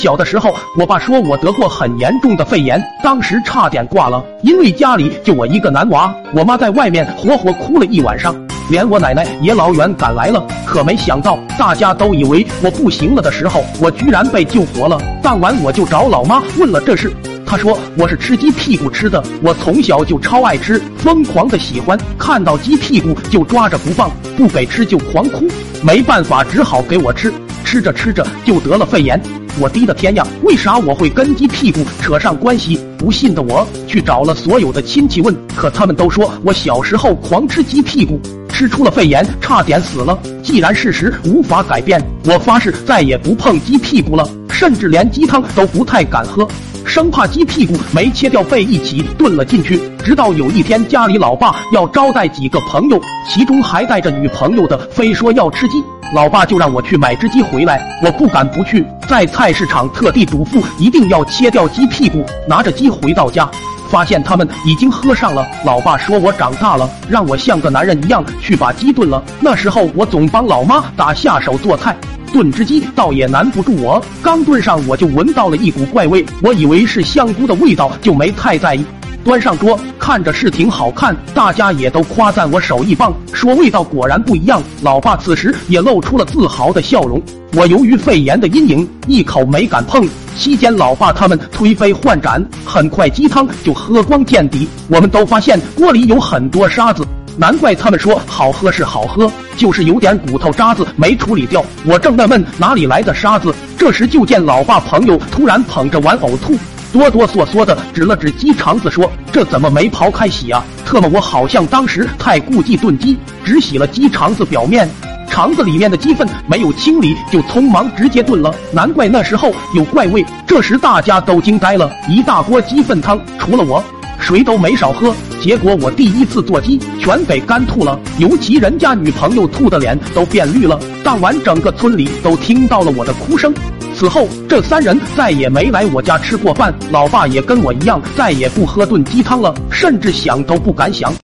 小的时候，我爸说我得过很严重的肺炎，当时差点挂了，因为家里就我一个男娃，我妈在外面活活哭了一晚上，连我奶奶也老远赶来了。可没想到，大家都以为我不行了的时候，我居然被救活了。当晚我就找老妈问了这事，她说我是吃鸡屁股吃的，我从小就超爱吃，疯狂的喜欢，看到鸡屁股就抓着不放，不给吃就狂哭，没办法只好给我吃，吃着吃着就得了肺炎。我的天呀，为啥我会跟鸡屁股扯上关系？不信的我去找了所有的亲戚问，可他们都说我小时候狂吃鸡屁股，吃出了肺炎，差点死了。既然事实无法改变，我发誓再也不碰鸡屁股了，甚至连鸡汤都不太敢喝，生怕鸡屁股没切掉被一起炖了进去。直到有一天家里老爸要招待几个朋友，其中还带着女朋友的，非说要吃鸡，老爸就让我去买只鸡回来，我不敢不去，在菜市场特地嘱咐一定要切掉鸡屁股，拿着鸡回到家，发现他们已经喝上了。老爸说我长大了，让我像个男人一样去把鸡炖了。那时候我总帮老妈打下手做菜，炖只鸡倒也难不住我，刚炖上我就闻到了一股怪味，我以为是香菇的味道，就没太在意。端上桌，看着是挺好看，大家也都夸赞我手艺棒，说味道果然不一样。老爸此时也露出了自豪的笑容。我由于肺炎的阴影，一口没敢碰。期间老爸他们推杯换盏，很快鸡汤就喝光见底。我们都发现锅里有很多沙子，难怪他们说好喝是好喝，就是有点骨头渣子没处理掉。我正纳闷哪里来的沙子，这时就见老爸朋友突然捧着碗呕吐，哆哆嗦嗦的指了指鸡肠子说，这怎么没刨开洗啊？特么我好像当时太顾忌炖鸡，只洗了鸡肠子表面，肠子里面的鸡粪没有清理，就匆忙直接炖了，难怪那时候有怪味。这时大家都惊呆了，一大锅鸡粪汤，除了我谁都没少喝，结果我第一次做鸡全给干吐了，尤其人家女朋友吐的脸都变绿了。当晚整个村里都听到了我的哭声。此后这三人再也没来我家吃过饭，老爸也跟我一样再也不喝炖鸡汤了，甚至想都不敢想。